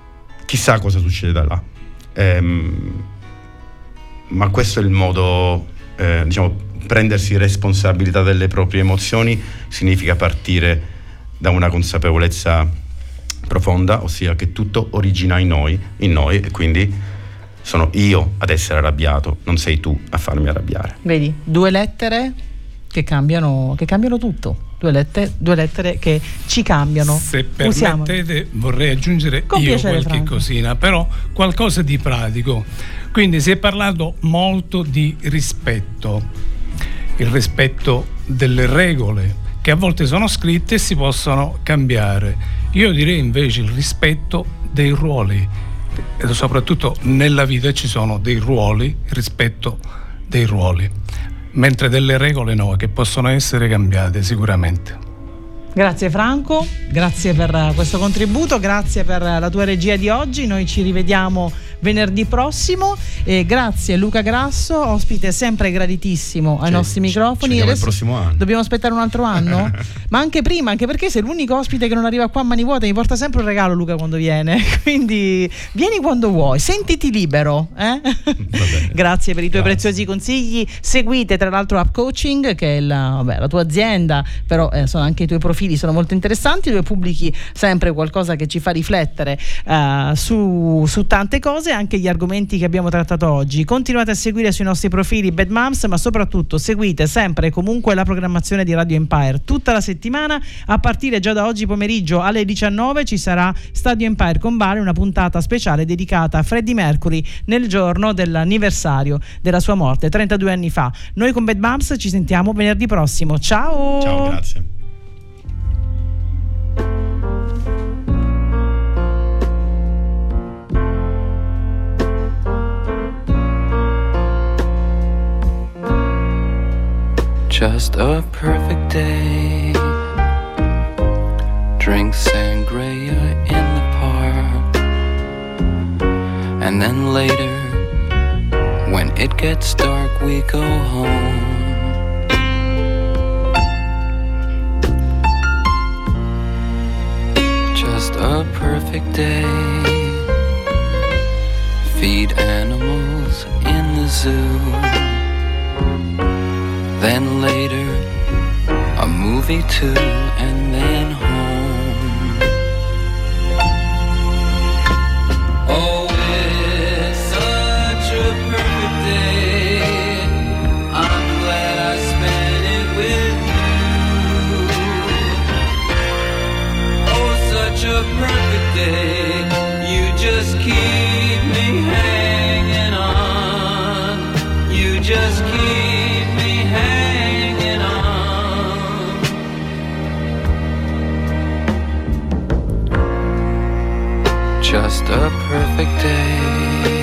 chissà cosa succede da là. Ehm, ma questo è il modo, eh, diciamo, prendersi responsabilità delle proprie emozioni significa partire da una consapevolezza profonda, ossia che tutto origina in noi, in noi e quindi sono io ad essere arrabbiato, non sei tu a farmi arrabbiare. Vedi, due lettere che cambiano, che cambiano tutto. Due lettere, due lettere che ci cambiano. Se permettete, vorrei aggiungere Con io piacere, qualche Franco. cosina, però qualcosa di pratico. Quindi si è parlato molto di rispetto, il rispetto delle regole che a volte sono scritte e si possono cambiare. Io direi invece il rispetto dei ruoli, e soprattutto nella vita ci sono dei ruoli, rispetto dei ruoli, mentre delle regole no, che possono essere cambiate sicuramente. Grazie Franco, grazie per questo contributo, grazie per la tua regia di oggi. Noi ci rivediamo venerdì prossimo e grazie Luca Grasso, ospite sempre graditissimo ai Ci- nostri microfoni. ci vediamo il Adesso prossimo anno. dobbiamo aspettare un altro anno? Ma anche prima, anche perché sei l'unico ospite che non arriva qua a mani vuote. Mi porta sempre un regalo Luca quando viene, quindi vieni quando vuoi, sentiti libero, eh? Grazie per i tuoi Grazie. preziosi consigli. Seguite tra l'altro Up Coaching, che è la, vabbè, la tua azienda, però eh, sono anche i tuoi profili sono molto interessanti, dove pubblichi sempre qualcosa che ci fa riflettere uh, su, su tante cose, anche gli argomenti che abbiamo trattato oggi. Continuate a seguire sui nostri profili Bad Moms, ma soprattutto seguite sempre e comunque la programmazione di Radio Empire tutta la settimana. A partire già da oggi pomeriggio alle diciannove ci sarà Stadio Empire con Vale, una puntata speciale dedicata a Freddie Mercury nel giorno dell'anniversario della sua morte trentadue anni fa. Noi con Bad Moms ci sentiamo venerdì prossimo. Ciao. Ciao, grazie. Just a perfect day. Drink sangria in the park. And then later, when it gets dark, we go home. Just a perfect day. Feed animals in the zoo. Then later, a movie too, and then home. Oh, it's such a perfect day. I'm glad I spent it with you. Oh, such a perfect day. You just keep me hanging on. You just keep me hanging on. Just a perfect day.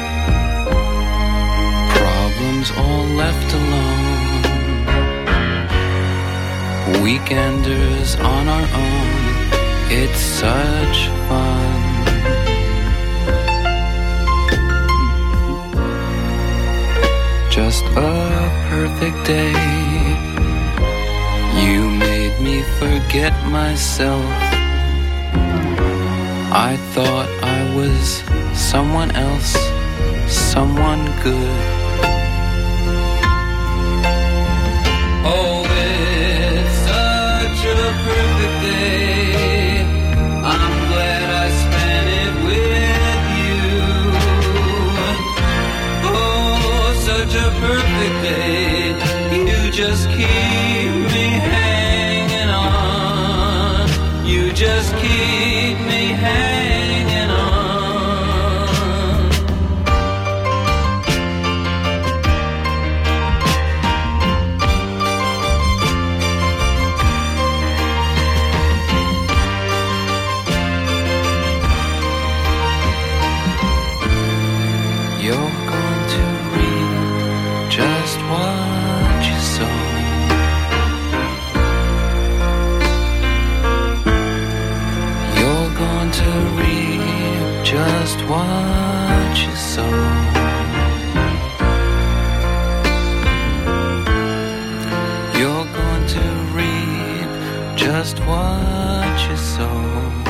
Problems all left alone. Weekenders on our own. It's such fun. Just a perfect day. You made me forget myself. I thought I was someone else, someone good. Oh, it's such a perfect day. I'm glad I spent it with you. Oh, such a perfect day. You just keep me hanging on. You just keep me hanging on. You're going to reap just what you sow. You're going to reap just what you sow. You're going to reap just what you sow.